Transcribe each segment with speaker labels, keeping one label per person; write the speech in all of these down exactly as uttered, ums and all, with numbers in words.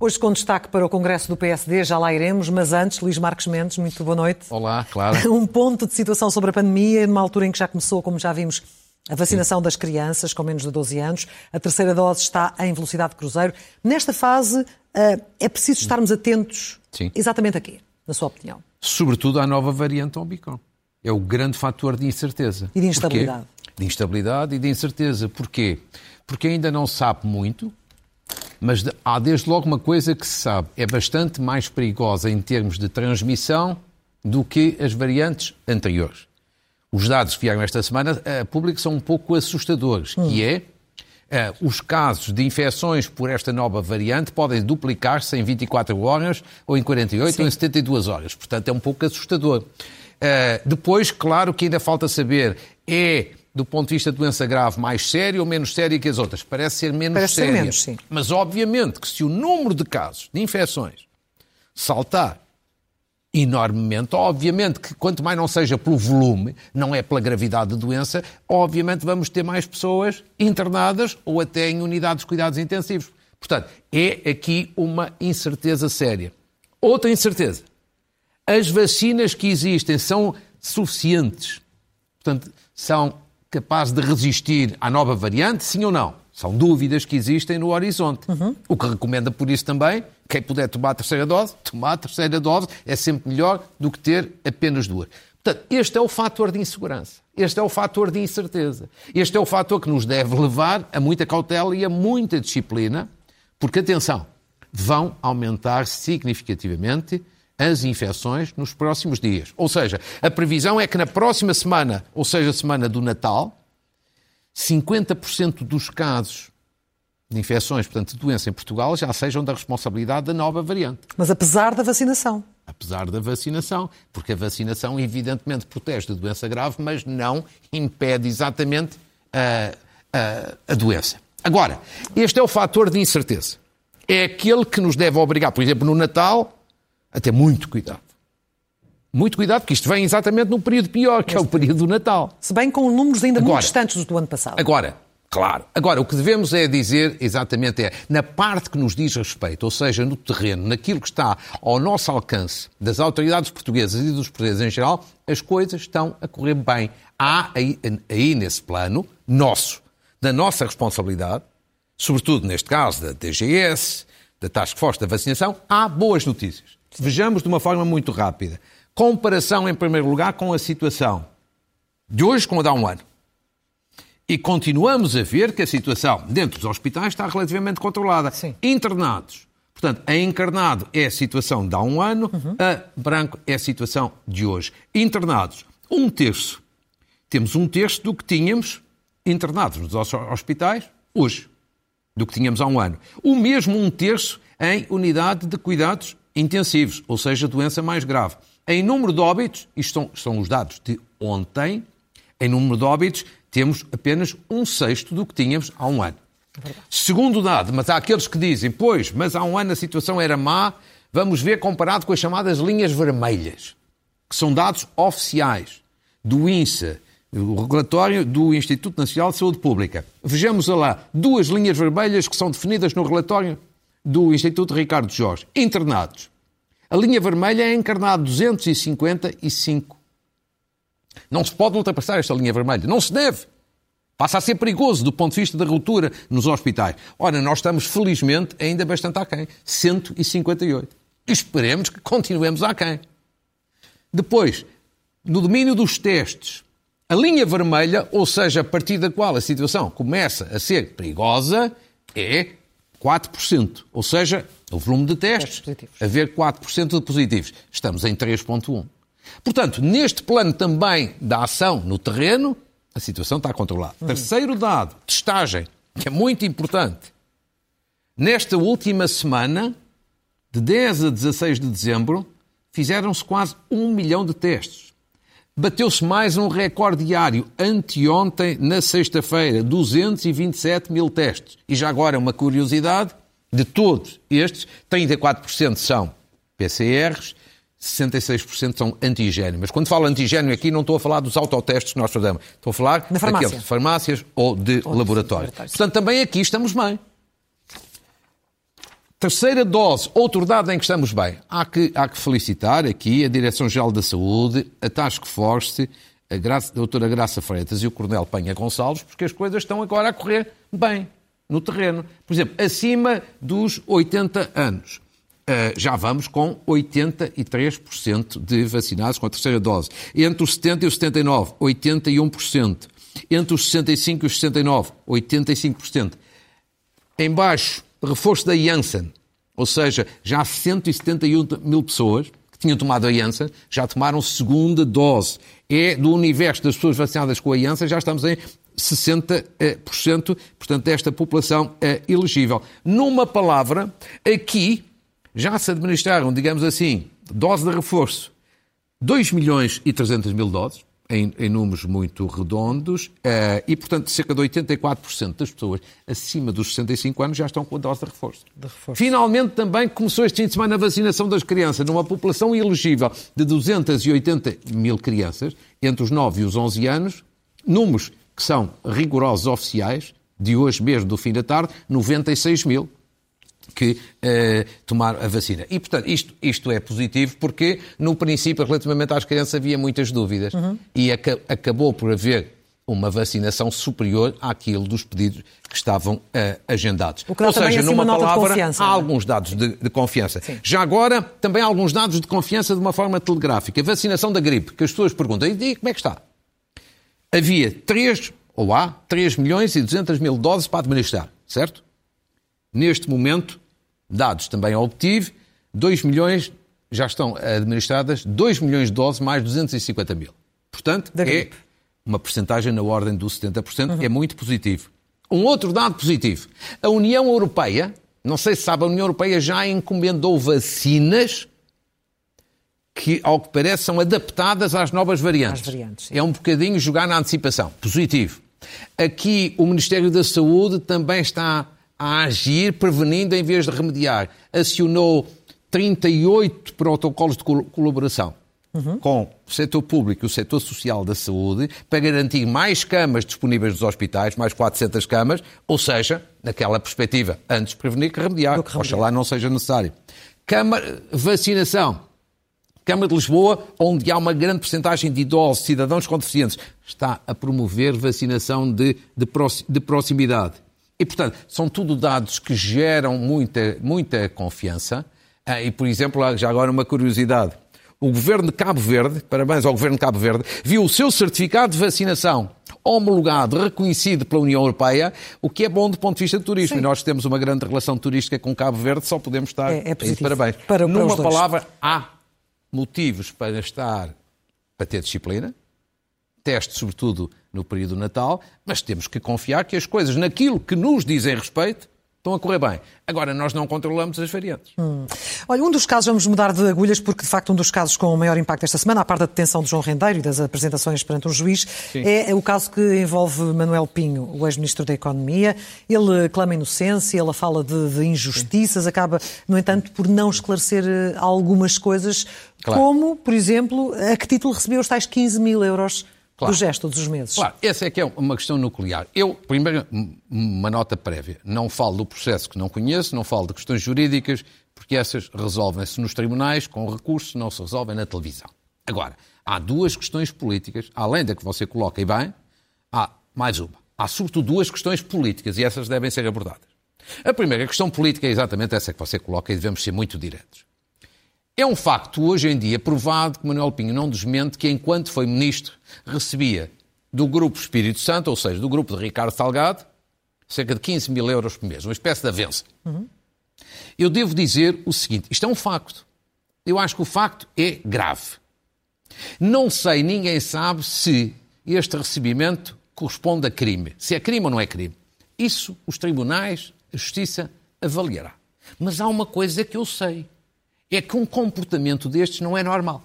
Speaker 1: Hoje com destaque para o Congresso do P S D, já lá iremos, mas antes, Luís Marques Mendes, muito boa noite.
Speaker 2: Olá, Clara.
Speaker 1: Um ponto de situação sobre a pandemia, numa altura em que já começou, como já vimos, a vacinação das crianças com menos de doze anos. A terceira dose está em velocidade de cruzeiro. Nesta fase, é preciso estarmos atentos
Speaker 2: Sim.
Speaker 1: exatamente a quê, na sua opinião?
Speaker 2: Sobretudo à nova variante Omicron. É o grande fator de incerteza.
Speaker 1: E de instabilidade.
Speaker 2: Porquê? De instabilidade e de incerteza. Porquê? Porque ainda não se sabe muito, mas há desde logo uma coisa que se sabe. É bastante mais perigosa em termos de transmissão do que as variantes anteriores. Os dados que vieram esta semana a público são um pouco assustadores, hum. que é uh, os casos de infecções por esta nova variante podem duplicar-se em vinte e quatro horas, ou em quarenta e oito, Sim. ou em setenta e duas horas. Portanto, é um pouco assustador. Uh, depois, claro que ainda falta saber, é, do ponto de vista de doença grave, mais séria ou menos séria que as outras? Parece ser menos
Speaker 1: Parece
Speaker 2: séria.
Speaker 1: Ser menos, sim.
Speaker 2: Mas, obviamente, que se o número de casos de infecções saltar enormemente, obviamente que quanto mais não seja pelo volume, não é pela gravidade da doença, obviamente vamos ter mais pessoas internadas ou até em unidades de cuidados intensivos. Portanto, é aqui uma incerteza séria. Outra incerteza. As vacinas que existem são suficientes? Portanto, são capazes de resistir à nova variante, sim ou não? São dúvidas que existem no horizonte. Uhum. O que recomenda por isso também, quem puder tomar a terceira dose, tomar a terceira dose é sempre melhor do que ter apenas duas. Portanto, este é o fator de insegurança. Este é o fator de incerteza. Este é o fator que nos deve levar a muita cautela e a muita disciplina, porque, atenção, vão aumentar significativamente as infecções nos próximos dias. Ou seja, a previsão é que na próxima semana, ou seja, a semana do Natal, cinquenta por cento dos casos de infecções, portanto, de doença em Portugal, já sejam da responsabilidade da nova variante.
Speaker 1: Mas apesar da vacinação?
Speaker 2: Apesar da vacinação, porque a vacinação evidentemente protege da doença grave, mas não impede exatamente a, a, a doença. Agora, este é o fator de incerteza. É aquele que nos deve obrigar, por exemplo, no Natal, a ter muito cuidado. Muito cuidado, porque isto vem exatamente no período pior, que é o período do Natal.
Speaker 1: Se bem com números ainda
Speaker 2: agora,
Speaker 1: muito distantes do ano passado.
Speaker 2: Agora, claro. Agora, o que devemos é dizer exatamente é, na parte que nos diz respeito, ou seja, no terreno, naquilo que está ao nosso alcance das autoridades portuguesas e dos portugueses em geral, as coisas estão a correr bem. Há aí, aí nesse plano, nosso, da nossa responsabilidade, sobretudo neste caso da D G S, da Task Force da Vacinação, há boas notícias. Vejamos de uma forma muito rápida. Comparação, em primeiro lugar, com a situação de hoje com a de há um ano. E continuamos a ver que a situação dentro dos hospitais está relativamente controlada.
Speaker 1: Sim.
Speaker 2: Internados. Portanto, a encarnado é a situação de há um ano, uhum. a branco é a situação de hoje. Internados, um terço. Temos um terço do que tínhamos internados nos hospitais hoje, do que tínhamos há um ano. O mesmo um terço em unidade de cuidados intensivos, ou seja, doença mais grave. Em número de óbitos, isto são, são os dados de ontem, em número de óbitos temos apenas um sexto do que tínhamos há um ano. É Segundo dado, mas há aqueles que dizem, pois, mas há um ano a situação era má, vamos ver comparado com as chamadas linhas vermelhas, que são dados oficiais do INSA, o relatório do Instituto Nacional de Saúde Pública. Vejamos lá, duas linhas vermelhas que são definidas no relatório do Instituto Ricardo Jorge. Internados. A linha vermelha é encarnado duzentos e cinquenta e cinco. Não se pode ultrapassar esta linha vermelha. Não se deve. Passa a ser perigoso do ponto de vista da ruptura nos hospitais. Ora, nós estamos, felizmente, ainda bastante aquém. cento e cinquenta e oito. E esperemos que continuemos aquém. Depois, no domínio dos testes, a linha vermelha, ou seja, a partir da qual a situação começa a ser perigosa, é quatro por cento. Ou seja, o volume de testes, haver quatro por cento de positivos. Estamos em três vírgula um por cento. Portanto, neste plano também da ação no terreno, a situação está controlada. Hum. Terceiro dado, testagem, que é muito importante. Nesta última semana, de dez a dezasseis de dezembro, fizeram-se quase um milhão de testes. Bateu-se mais um recorde diário, anteontem, na sexta-feira, duzentos e vinte e sete mil testes. E já agora uma curiosidade, de todos estes, trinta e quatro por cento são P C Rs, sessenta e seis por cento são antigénio. Mas quando falo antigénio aqui, não estou a falar dos autotestes que nós fazemos. Estou a falar daqueles de farmácias ou de ou laboratórios. De Portanto, também aqui estamos bem. Terceira dose, outro dado em que estamos bem. Há que, há que felicitar aqui a Direção-Geral da Saúde, a Task Force, a, Graça, a doutora Graça Freitas e o Coronel Penha Gonçalves, porque as coisas estão agora a correr bem no terreno. Por exemplo, acima dos oitenta anos. Uh, já vamos com oitenta e três por cento de vacinados com a terceira dose. Entre os setenta e os setenta e nove, oitenta e um por cento. Entre os sessenta e cinco e os sessenta e nove, oitenta e cinco por cento. Em baixo, reforço da Janssen, ou seja, já há cento e setenta e um mil pessoas que tinham tomado a Janssen, já tomaram segunda dose. É do universo das pessoas vacinadas com a Janssen, já estamos em sessenta por cento, portanto, desta população é elegível. Numa palavra, aqui já se administraram, digamos assim, dose de reforço, dois milhões e trezentos mil doses, em, em números muito redondos, uh, e, portanto, cerca de oitenta e quatro por cento das pessoas acima dos sessenta e cinco anos já estão com a dose de reforço. de reforço. Finalmente, também começou este fim de semana a vacinação das crianças, numa população elegível de duzentos e oitenta mil crianças, entre os nove e os onze anos, números que são rigorosos oficiais, de hoje mesmo, do fim da tarde, noventa e seis mil. Que eh, tomaram a vacina. E, portanto, isto, isto é positivo porque, no princípio, relativamente às crianças, havia muitas dúvidas. Uhum. E aca- acabou por haver uma vacinação superior àquilo dos pedidos que estavam eh, agendados.
Speaker 1: O que dá
Speaker 2: Ou seja,
Speaker 1: assim
Speaker 2: numa
Speaker 1: uma
Speaker 2: palavra,
Speaker 1: nota de confiança,
Speaker 2: há
Speaker 1: não é?
Speaker 2: alguns dados de, de confiança.
Speaker 1: Sim.
Speaker 2: Já agora, também há alguns dados de confiança de uma forma telegráfica. Vacinação da gripe, que as pessoas perguntam, e como é que está? Havia três, ou há, três milhões e duzentas mil doses para administrar, certo? Neste momento, dados também obtive, dois milhões, já estão administradas, dois milhões de doses mais duzentos e cinquenta mil. Portanto, é uma percentagem na ordem dos setenta por cento, uhum. É muito positivo. Um outro dado positivo, a União Europeia, não sei se sabe, a União Europeia já encomendou vacinas que, ao que parece, são adaptadas às novas variantes.
Speaker 1: Às variantes,
Speaker 2: é um bocadinho jogar na antecipação. Positivo. Aqui, o Ministério da Saúde também está a agir prevenindo em vez de remediar. Acionou trinta e oito protocolos de colaboração uhum. com o setor público e o setor social da saúde para garantir mais camas disponíveis nos hospitais, mais quatrocentas camas, ou seja, naquela perspectiva, antes prevenir que remediar. Que remediar. Oxalá não seja necessário. Câmara, vacinação. Câmara de Lisboa, onde há uma grande percentagem de idosos, cidadãos com deficientes, está a promover vacinação de, de, de proximidade. E, portanto, são tudo dados que geram muita, muita confiança. Ah, e, por exemplo, já agora uma curiosidade. O Governo de Cabo Verde, parabéns ao Governo de Cabo Verde, viu o seu certificado de vacinação homologado, reconhecido pela União Europeia, o que é bom do ponto de vista do turismo. Sim. E nós temos uma grande relação turística com Cabo Verde, só podemos estar...
Speaker 1: É, é positivo.
Speaker 2: Parabéns.
Speaker 1: Para,
Speaker 2: Numa
Speaker 1: para
Speaker 2: palavra, há motivos para estar, para ter disciplina, teste, sobretudo no período do Natal, mas temos que confiar que as coisas, naquilo que nos dizem respeito, estão a correr bem. Agora, nós não controlamos as variantes.
Speaker 1: Hum. Olha, um dos casos, vamos mudar de agulhas, porque de facto um dos casos com o maior impacto esta semana, à parte da detenção de João Rendeiro e das apresentações perante um juiz, é, é o caso que envolve Manuel Pinho, o ex-ministro da Economia. Ele clama inocência, ele fala de, de injustiças, Sim. acaba, no entanto, por não esclarecer algumas coisas, claro. Como, por exemplo, a que título recebeu os tais quinze mil euros Claro. Do gesto todos os meses.
Speaker 2: Claro, essa é que é uma questão nuclear. Eu, primeiro, uma nota prévia. Não falo do processo que não conheço, não falo de questões jurídicas, porque essas resolvem-se nos tribunais, com recursos, não se resolvem na televisão. Agora, há duas questões políticas, além da que você coloca e bem, há mais uma. Há sobretudo duas questões políticas e essas devem ser abordadas. A primeira questão política é exatamente essa que você coloca e devemos ser muito diretos. É um facto, hoje em dia, provado que Manuel Pinho não desmente que, enquanto foi ministro, recebia do Grupo Espírito Santo, ou seja, do grupo de Ricardo Salgado, cerca de quinze mil euros por mês, uma espécie de avença. Uhum. Eu devo dizer o seguinte, isto é um facto. Eu acho que o facto é grave. Não sei, ninguém sabe se este recebimento corresponde a crime. Se é crime ou não é crime. Isso os tribunais, a justiça, avaliará. Mas há uma coisa que eu sei. É que um comportamento destes não é normal.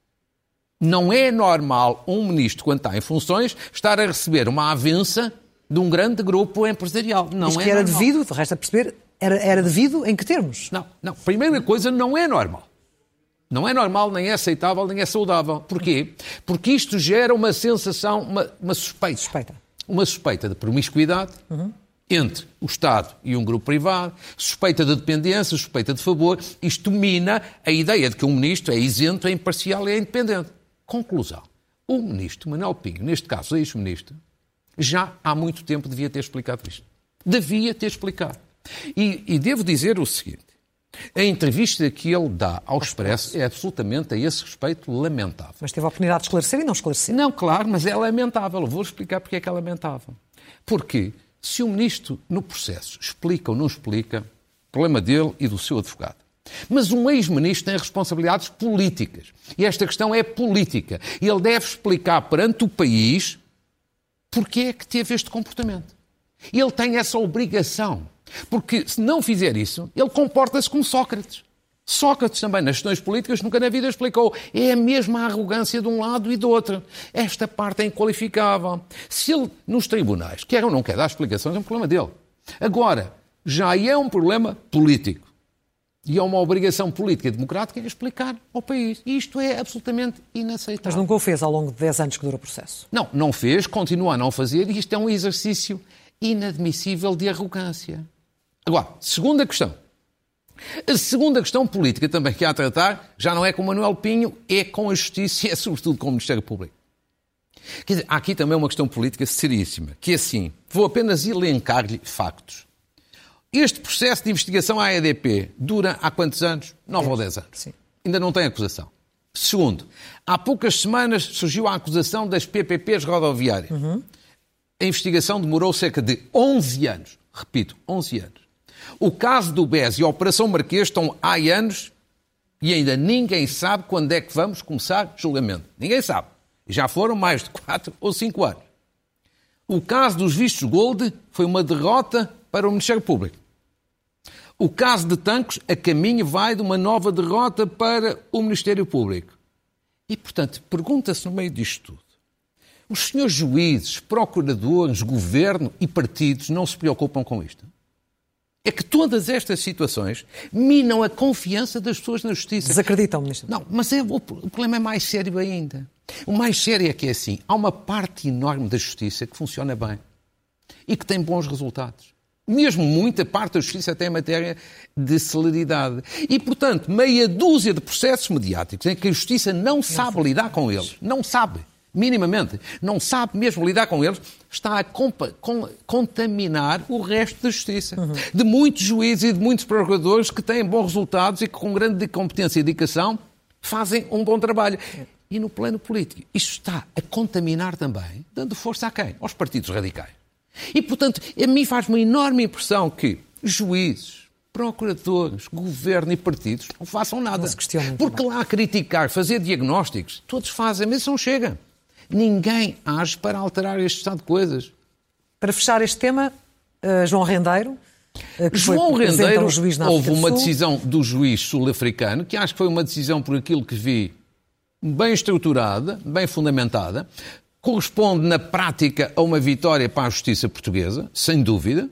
Speaker 2: Não é normal um ministro, quando está em funções, estar a receber uma avença de um grande grupo empresarial. Não
Speaker 1: Isto
Speaker 2: é
Speaker 1: que era
Speaker 2: normal.
Speaker 1: devido, resta perceber, era, era devido em que termos?
Speaker 2: Não, não. Primeira coisa, não é normal. Não é normal, nem é aceitável, nem é saudável. Porquê? Porque isto gera uma sensação, uma, uma suspeita.
Speaker 1: Suspeita.
Speaker 2: Uma suspeita de promiscuidade, uhum. entre o Estado e um grupo privado, suspeita de dependência, suspeita de favor. Isto mina a ideia de que um ministro é isento, é imparcial e é independente. Conclusão. O ministro Manuel Pinho, neste caso o ex-ministro, já há muito tempo devia ter explicado isto. Devia ter explicado. E, e devo dizer o seguinte. A entrevista que ele dá ao Expresso é absolutamente, a esse respeito, lamentável.
Speaker 1: Mas teve a oportunidade de esclarecer e não esclareceu.
Speaker 2: Não, claro, mas é lamentável. Eu vou explicar porque é que é lamentável. Porque se o ministro, no processo, explica ou não explica, problema dele e do seu advogado. Mas um ex-ministro tem responsabilidades políticas. E esta questão é política. E ele deve explicar perante o país porque é que teve este comportamento. E ele tem essa obrigação. Porque se não fizer isso, ele comporta-se como Sócrates. Sócrates também, nas questões políticas, nunca na vida explicou. É a mesma arrogância de um lado e do outro. Esta parte é inqualificável. Se ele, nos tribunais, quer ou não quer dar explicações, é um problema dele. Agora, já é um problema político. E é uma obrigação política e democrática explicar ao país. E isto é absolutamente inaceitável.
Speaker 1: Mas nunca o fez ao longo de dez anos que dura o processo.
Speaker 2: Não, não fez, continua a não fazer, e isto é um exercício inadmissível de arrogância. Agora, segunda questão. A segunda questão política também que há a tratar já não é com Manuel Pinho, é com a Justiça e é sobretudo com o Ministério Público. Quer dizer, há aqui também uma questão política seríssima, que é assim, vou apenas elencar-lhe factos. Este processo de investigação à E D P dura há quantos anos? Nove ou dez anos.
Speaker 1: Sim.
Speaker 2: Ainda não tem acusação. Segundo, há poucas semanas surgiu a acusação das P P Ps rodoviárias. Uhum. A investigação demorou cerca de onze anos. Repito, onze anos. O caso do B E S e a Operação Marquês estão há anos e ainda ninguém sabe quando é que vamos começar julgamento. Ninguém sabe. Já foram mais de quatro ou cinco anos. O caso dos vistos Gold foi uma derrota para o Ministério Público. O caso de Tancos, a caminho vai de uma nova derrota para o Ministério Público. E, portanto, pergunta-se no meio disto tudo. Os senhores juízes, procuradores, governo e partidos não se preocupam com isto? É que todas estas situações minam a confiança das pessoas na justiça.
Speaker 1: Desacreditam, ministro?
Speaker 2: Não, mas é, o, o problema é mais sério ainda. O mais sério é que é assim, há uma parte enorme da justiça que funciona bem e que tem bons resultados. Mesmo muita parte da justiça até em matéria de celeridade. E, portanto, meia dúzia de processos mediáticos em que a justiça não sabe lidar com eles. Não sabe. Minimamente, não sabe mesmo lidar com eles, está a compa- com, contaminar o resto da justiça. Uhum. De muitos juízes e de muitos procuradores que têm bons resultados e que com grande competência e dedicação fazem um bom trabalho. E no plano político, isto está a contaminar também, dando força a quem? Aos partidos radicais. E, portanto, a mim faz uma enorme impressão que juízes, procuradores, governo e partidos não façam nada.
Speaker 1: Não se questionem.
Speaker 2: Porque lá criticar, fazer diagnósticos, todos fazem, mas isso não chega. Ninguém age para alterar este estado de coisas.
Speaker 1: Para fechar este tema, uh, João Rendeiro, uh, que
Speaker 2: João
Speaker 1: foi
Speaker 2: Rendeiro,
Speaker 1: um juiz na
Speaker 2: houve
Speaker 1: África do
Speaker 2: uma
Speaker 1: Sul.
Speaker 2: decisão do juiz sul-africano, que acho que foi uma decisão, por aquilo que vi, bem estruturada, bem fundamentada, corresponde na prática a uma vitória para a justiça portuguesa, sem dúvida,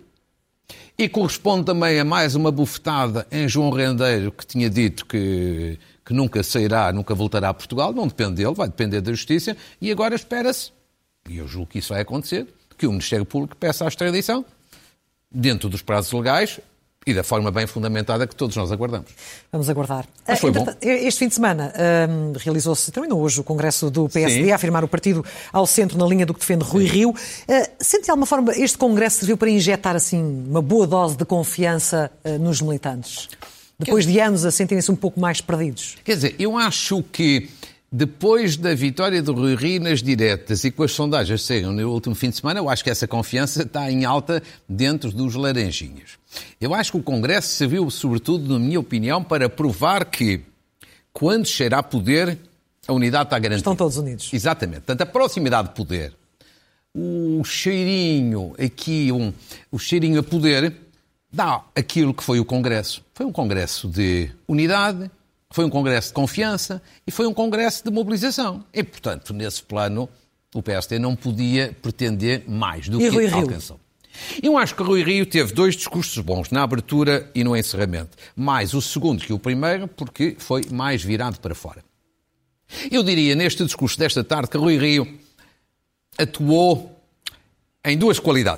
Speaker 2: e corresponde também a mais uma bufetada em João Rendeiro, que tinha dito que... que nunca sairá, nunca voltará a Portugal, não depende dele, vai depender da Justiça, e agora espera-se, e eu julgo que isso vai acontecer, que o Ministério Público peça a extradição, dentro dos prazos legais e da forma bem fundamentada que todos nós aguardamos.
Speaker 1: Vamos aguardar.
Speaker 2: Mas foi bom.
Speaker 1: Este fim de semana um, realizou-se, terminou hoje o Congresso do P S D,
Speaker 2: Sim.
Speaker 1: a afirmar o partido ao centro na linha do que defende Rui Rio. Uh, sente de alguma forma este Congresso serviu para injetar assim uma boa dose de confiança uh, nos militantes? Depois de anos a sentirem-se um pouco mais perdidos.
Speaker 2: Quer dizer, eu acho que depois da vitória do Rui Rio nas diretas e com as sondagens que saíram no último fim de semana, eu acho que essa confiança está em alta dentro dos laranjinhas. Eu acho que o Congresso serviu, sobretudo, na minha opinião, para provar que, quando chegar a poder, a unidade está garantida.
Speaker 1: Estão todos unidos.
Speaker 2: Exatamente. Portanto, a proximidade de poder, o cheirinho aqui, um, o cheirinho a poder, dá aquilo que foi o Congresso. Foi um Congresso de unidade, foi um Congresso de confiança e foi um Congresso de mobilização. E, portanto, nesse plano, o P S D não podia pretender mais do
Speaker 1: e
Speaker 2: que
Speaker 1: Rui Rio?
Speaker 2: alcançou. Eu acho que Rui Rio teve dois discursos bons, na abertura e no encerramento. Mais o segundo que o primeiro, porque foi mais virado para fora. Eu diria, neste discurso desta tarde, que Rui Rio atuou em duas qualidades.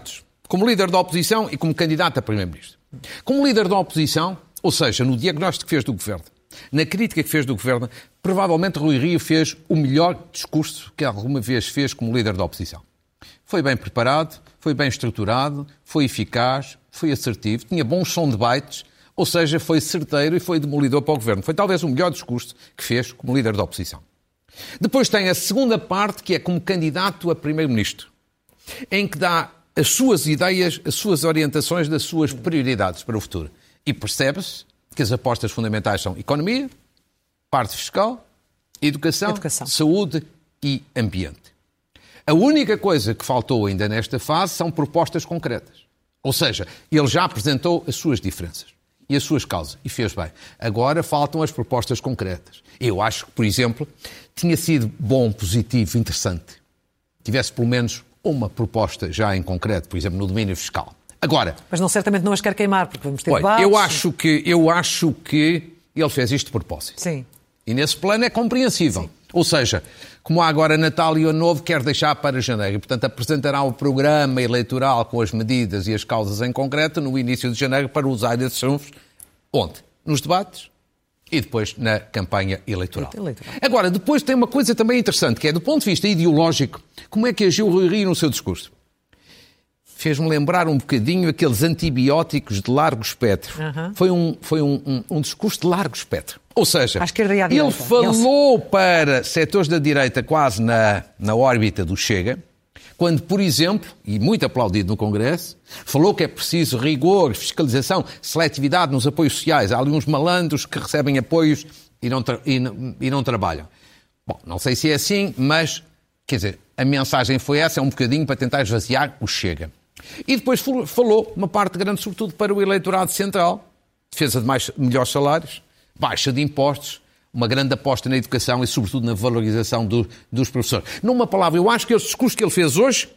Speaker 2: como líder da oposição e como candidato a primeiro-ministro. Como líder da oposição, ou seja, no diagnóstico que fez do governo, na crítica que fez do governo, provavelmente Rui Rio fez o melhor discurso que alguma vez fez como líder da oposição. Foi bem preparado, foi bem estruturado, foi eficaz, foi assertivo, tinha bons soundbites, ou seja, foi certeiro e foi demolidor para o governo. Foi talvez o melhor discurso que fez como líder da oposição. Depois tem a segunda parte, que é como candidato a primeiro-ministro, em que dá as suas ideias, as suas orientações das suas prioridades para o futuro. E percebe-se que as apostas fundamentais são economia, parte fiscal, educação, educação, saúde e ambiente. A única coisa que faltou ainda nesta fase são propostas concretas. Ou seja, ele já apresentou as suas diferenças e as suas causas, e fez bem. Agora faltam as propostas concretas. Eu acho que, por exemplo, tinha sido bom, positivo, interessante, tivesse pelo menos uma proposta já em concreto, por exemplo, no domínio fiscal. Agora,
Speaker 1: mas não, certamente não as quer queimar, porque vamos ter
Speaker 2: olha,
Speaker 1: debates.
Speaker 2: Eu acho que, eu acho que ele fez isto de propósito.
Speaker 1: Sim.
Speaker 2: E nesse plano é compreensível.
Speaker 1: Sim.
Speaker 2: Ou seja, como há agora Natal e Ano Novo, quer deixar para janeiro. E, portanto, apresentará o programa eleitoral com as medidas e as causas em concreto no início de janeiro para usar esses trunfos. Onde? Nos debates e depois na campanha eleitoral. eleitoral. Agora, depois tem uma coisa também interessante, que é do ponto de vista ideológico, como é que agiu o Rui Rio no seu discurso? Fez-me lembrar um bocadinho aqueles antibióticos de largo espectro. Uhum. Foi, um, foi um, um, um discurso de largo espectro. Ou seja, ele falou para setores da direita quase na, na órbita do Chega, quando, por exemplo, e muito aplaudido no Congresso, falou que é preciso rigor, fiscalização, seletividade nos apoios sociais. Há ali uns malandros que recebem apoios e não, tra- e não, e não trabalham. Bom, não sei se é assim, mas, quer dizer, a mensagem foi essa, é um bocadinho para tentar esvaziar o Chega. E depois falou uma parte grande, sobretudo para o eleitorado central, defesa de mais, melhores salários, baixa de impostos, uma grande aposta na educação e, sobretudo, na valorização do, dos professores. Numa palavra, eu acho que esse discurso que ele fez hoje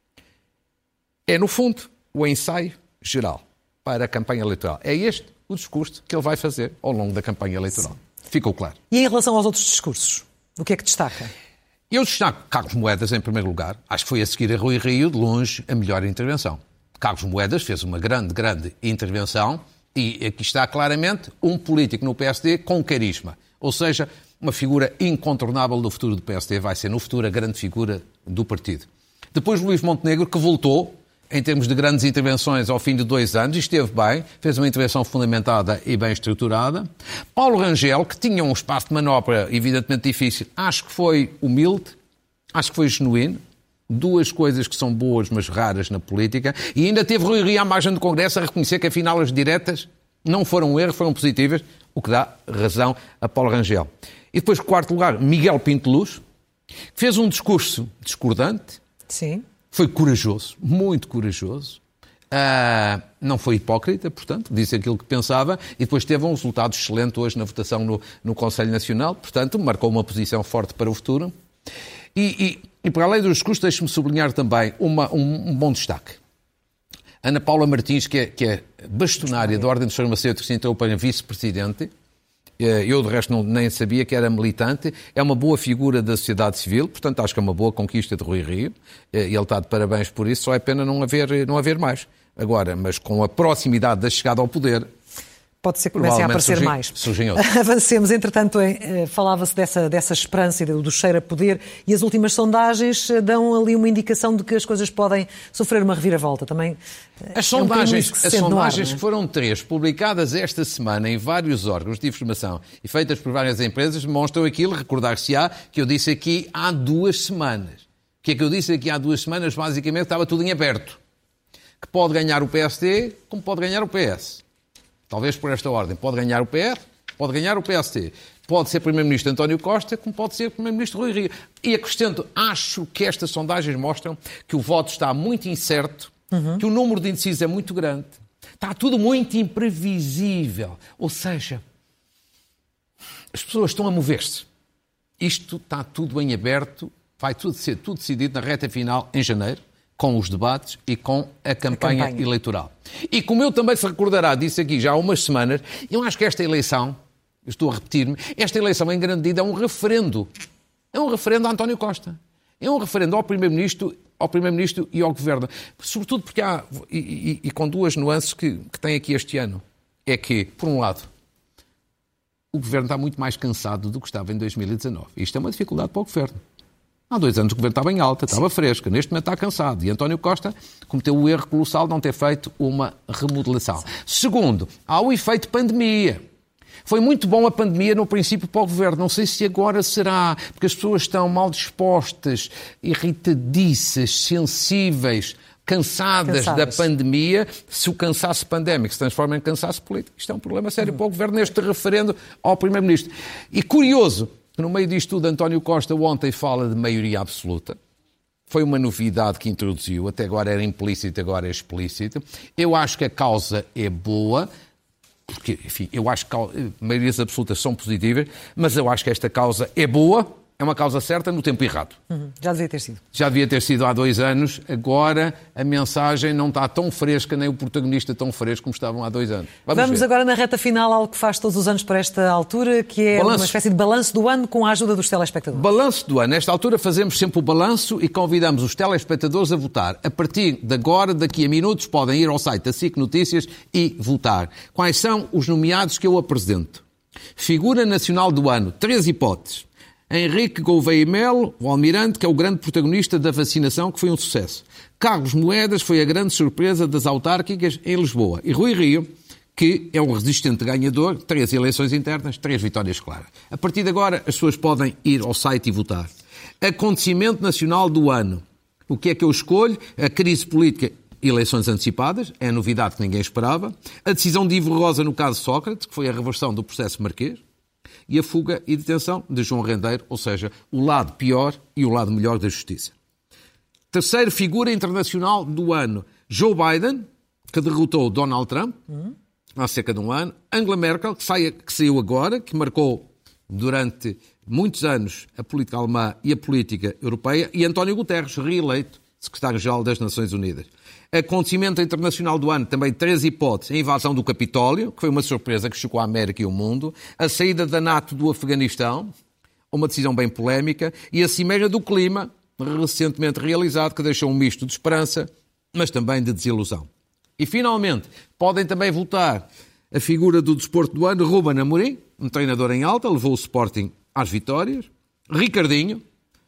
Speaker 2: é, no fundo, o ensaio geral para a campanha eleitoral. É este o discurso que ele vai fazer ao longo da campanha eleitoral. Sim. Ficou claro.
Speaker 1: E em relação aos outros discursos, o que é que destaca?
Speaker 2: Eu destaco Carlos Moedas, em primeiro lugar. Acho que foi a seguir a Rui Rio, de longe, a melhor intervenção. Carlos Moedas fez uma grande, grande intervenção e aqui está claramente um político no P S D com carisma. Ou seja, uma figura incontornável do futuro do P S D. Vai ser, no futuro, a grande figura do partido. Depois Luís Montenegro, que voltou, em termos de grandes intervenções, ao fim de dois anos, e esteve bem, fez uma intervenção fundamentada e bem estruturada. Paulo Rangel, que tinha um espaço de manobra evidentemente difícil, acho que foi humilde, acho que foi genuíno. Duas coisas que são boas, mas raras na política. E ainda teve Rui Rio à margem do Congresso a reconhecer que, afinal, as diretas não foram um erro, foram positivas, o que dá razão a Paulo Rangel. E depois, em quarto lugar, Miguel Pinto Luz, que fez um discurso discordante.
Speaker 1: Sim.
Speaker 2: Foi corajoso, muito corajoso. Uh, não foi hipócrita, portanto, disse aquilo que pensava e depois teve um resultado excelente hoje na votação no, no Conselho Nacional. Portanto, marcou uma posição forte para o futuro. E, e, e para além dos discursos, deixe-me sublinhar também uma, um, um bom destaque. Ana Paula Martins, que é, que é bastonária da Ordem dos Farmacêuticos, entrou para vice-presidente. Eu, de resto, não, nem sabia que era militante. É uma boa figura da sociedade civil, portanto, acho que é uma boa conquista de Rui Rio. E ele está de parabéns por isso, só é pena não haver, não haver mais. Agora, mas com a proximidade da chegada ao poder...
Speaker 1: Pode ser que comecem a aparecer
Speaker 2: surgem,
Speaker 1: mais.
Speaker 2: Surgem outros.
Speaker 1: Avancemos. Entretanto, falava-se dessa, dessa esperança e do cheiro a poder, e as últimas sondagens dão ali uma indicação de que as coisas podem sofrer uma reviravolta. Também
Speaker 2: as sondagens, é um as sondagens ar, foram três, publicadas esta semana em vários órgãos de informação e feitas por várias empresas, demonstram aquilo, recordar-se-á, que eu disse aqui há duas semanas. O que é que eu disse aqui há duas semanas? Basicamente estava tudo em aberto. Que pode ganhar o P S D, como pode ganhar o P S. Talvez por esta ordem. Pode ganhar o P R, pode ganhar o P S D. Pode ser Primeiro-Ministro António Costa, como pode ser Primeiro-Ministro Rui Rio. E acrescento, acho que estas sondagens mostram que o voto está muito incerto, uhum. que o número de indecisos é muito grande. Está tudo muito imprevisível. Ou seja, as pessoas estão a mover-se. Isto está tudo em aberto, vai tudo ser tudo decidido na reta final em janeiro, com os debates e com a campanha, a campanha eleitoral. E como eu também se recordará, disse aqui já há umas semanas, eu acho que esta eleição, eu estou a repetir-me, esta eleição em grande medida é um referendo. É um referendo a António Costa. É um referendo ao Primeiro-Ministro ao Primeiro-Ministro e ao Governo. Sobretudo porque há, e, e, e com duas nuances que, que tem aqui este ano. É que, por um lado, o Governo está muito mais cansado do que estava em dois mil e dezanove. Isto é uma dificuldade para o Governo. Há dois anos o Governo estava em alta, estava fresca. Neste momento está cansado. E António Costa cometeu o erro colossal de não ter feito uma remodelação. Segundo, há o efeito pandemia. Foi muito bom a pandemia no princípio para o Governo. Não sei se agora será, porque as pessoas estão mal dispostas, irritadiças, sensíveis, cansadas, cansadas da pandemia. Se o cansaço pandémico se transforma em cansaço político, isto é um problema sério uhum. para o Governo neste referendo ao Primeiro-Ministro. E curioso, no meio disto tudo, António Costa ontem fala de maioria absoluta. Foi uma novidade que introduziu. Até agora era implícita, agora é explícita. Eu acho que a causa é boa, porque, enfim, eu acho que maiorias absolutas são positivas, mas eu acho que esta causa é boa. É uma causa certa no tempo errado.
Speaker 1: Uhum. Já devia ter sido.
Speaker 2: Já devia ter sido há dois anos. Agora a mensagem não está tão fresca, nem o protagonista tão fresco como estavam há dois anos.
Speaker 1: Vamos, Vamos agora na reta final, algo que faz todos os anos para esta altura, que é balanço. Uma espécie de balanço do ano com a ajuda dos telespectadores.
Speaker 2: Balanço do ano. Nesta altura fazemos sempre o balanço e convidamos os telespectadores a votar. A partir de agora, daqui a minutos, podem ir ao site da S I C Notícias e votar. Quais são os nomeados que eu apresento? Figura Nacional do Ano. Três hipóteses. Henrique Gouveia Melo, o almirante, que é o grande protagonista da vacinação, que foi um sucesso. Carlos Moedas foi a grande surpresa das autárquicas em Lisboa. E Rui Rio, que é um resistente ganhador, três eleições internas, três vitórias claras. A partir de agora, as pessoas podem ir ao site e votar. Acontecimento nacional do ano. O que é que eu escolho? A crise política, eleições antecipadas, é a novidade que ninguém esperava. A decisão de Ivo Rosa no caso Sócrates, que foi a reversão do processo Marquês. E a fuga e detenção de João Rendeiro, ou seja, o lado pior e o lado melhor da justiça. Terceira figura internacional do ano, Joe Biden, que derrotou Donald Trump uhum. há cerca de um ano. Angela Merkel, que, sai, que saiu agora, que marcou durante muitos anos a política alemã e a política europeia. E António Guterres, reeleito secretário-geral das Nações Unidas. Acontecimento internacional do ano, também três hipóteses. A invasão do Capitólio, que foi uma surpresa que chocou a América e o mundo. A saída da NATO do Afeganistão, uma decisão bem polémica. E a Cimeira do Clima, recentemente realizado, que deixou um misto de esperança, mas também de desilusão. E, finalmente, podem também votar a figura do desporto do ano, Ruben Amorim, um treinador em alta, levou o Sporting às vitórias. Ricardinho,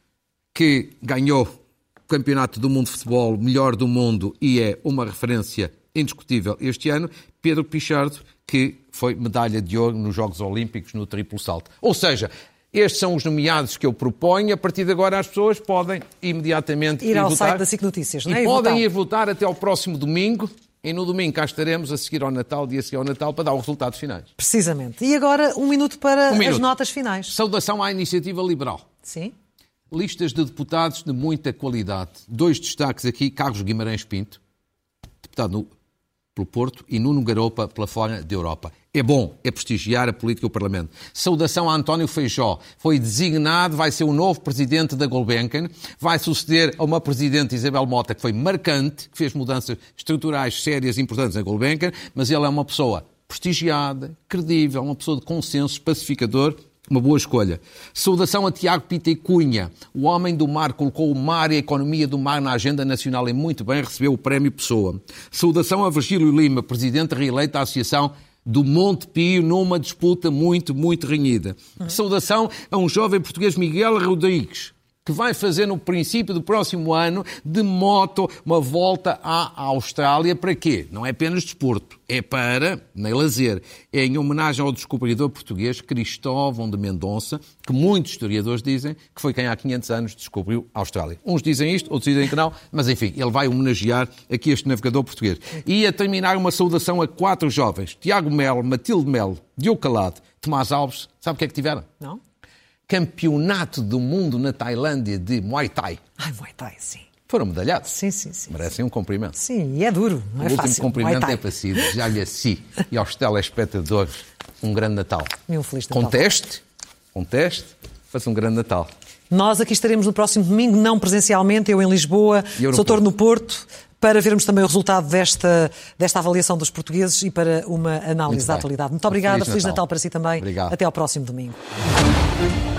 Speaker 2: que ganhou o Campeonato do Mundo de Futebol melhor do mundo e é uma referência indiscutível este ano. Pedro Pichardo, que foi medalha de ouro nos Jogos Olímpicos no triplo salto. Ou seja, estes são os nomeados que eu proponho. A partir de agora as pessoas podem imediatamente ir,
Speaker 1: ir ao
Speaker 2: votar.
Speaker 1: Site da S I C Notícias, não é?
Speaker 2: E,
Speaker 1: e
Speaker 2: podem
Speaker 1: votar.
Speaker 2: ir votar até ao próximo domingo. E no domingo cá estaremos a seguir ao Natal, dia a seguir ao Natal, para dar os resultados finais.
Speaker 1: Precisamente. E agora um minuto para
Speaker 2: um minuto.
Speaker 1: as notas finais.
Speaker 2: Saudação à Iniciativa Liberal.
Speaker 1: Sim.
Speaker 2: Listas de deputados de muita qualidade. Dois destaques aqui, Carlos Guimarães Pinto, deputado no, pelo Porto, e Nuno Garopa pela fora da Europa. É bom, é prestigiar a política e o Parlamento. Saudação a António Feijó. Foi designado, vai ser o novo presidente da Gulbenkian, vai suceder a uma presidente, Isabel Mota, que foi marcante, que fez mudanças estruturais sérias e importantes na Gulbenkian, mas ele é uma pessoa prestigiada, credível, uma pessoa de consenso, pacificador. Uma boa escolha. Saudação a Tiago Pita e Cunha. O homem do mar colocou o mar e a economia do mar na agenda nacional e muito bem recebeu o prémio Pessoa. Saudação a Virgílio Lima, presidente reeleito da Associação do Monte Pio, numa disputa muito, muito renhida. Uhum. Saudação a um jovem português, Miguel Rodrigues, que vai fazer no princípio do próximo ano de moto uma volta à Austrália. Para quê? Não é apenas desporto, é para, nem lazer, é em homenagem ao descobridor português Cristóvão de Mendonça, que muitos historiadores dizem que foi quem há quinhentos anos descobriu a Austrália. Uns dizem isto, outros dizem que não, mas enfim, ele vai homenagear aqui este navegador português. E a terminar uma saudação a quatro jovens, Tiago Melo, Matilde Melo, Diogo Calado, Tomás Alves, sabe o que é que tiveram?
Speaker 1: Não.
Speaker 2: Campeonato do mundo na Tailândia de Muay Thai.
Speaker 1: Ai, Muay Thai, sim.
Speaker 2: Foram medalhados.
Speaker 1: Sim, sim, sim.
Speaker 2: Merecem um cumprimento.
Speaker 1: Sim, e é duro, não é
Speaker 2: fácil. O
Speaker 1: fácil.
Speaker 2: último cumprimento é para si, desejar-lhe a si e aos telespectadores um grande Natal.
Speaker 1: E um feliz Natal.
Speaker 2: Conteste, conteste, faça um grande Natal.
Speaker 1: Nós aqui estaremos no próximo domingo, não presencialmente, eu em Lisboa, Soutor no Porto, para vermos também o resultado desta, desta avaliação dos portugueses e para uma análise da atualidade. Muito obrigada, Feliz, Feliz Natal. Natal para si também.
Speaker 2: Obrigado.
Speaker 1: Até ao próximo domingo.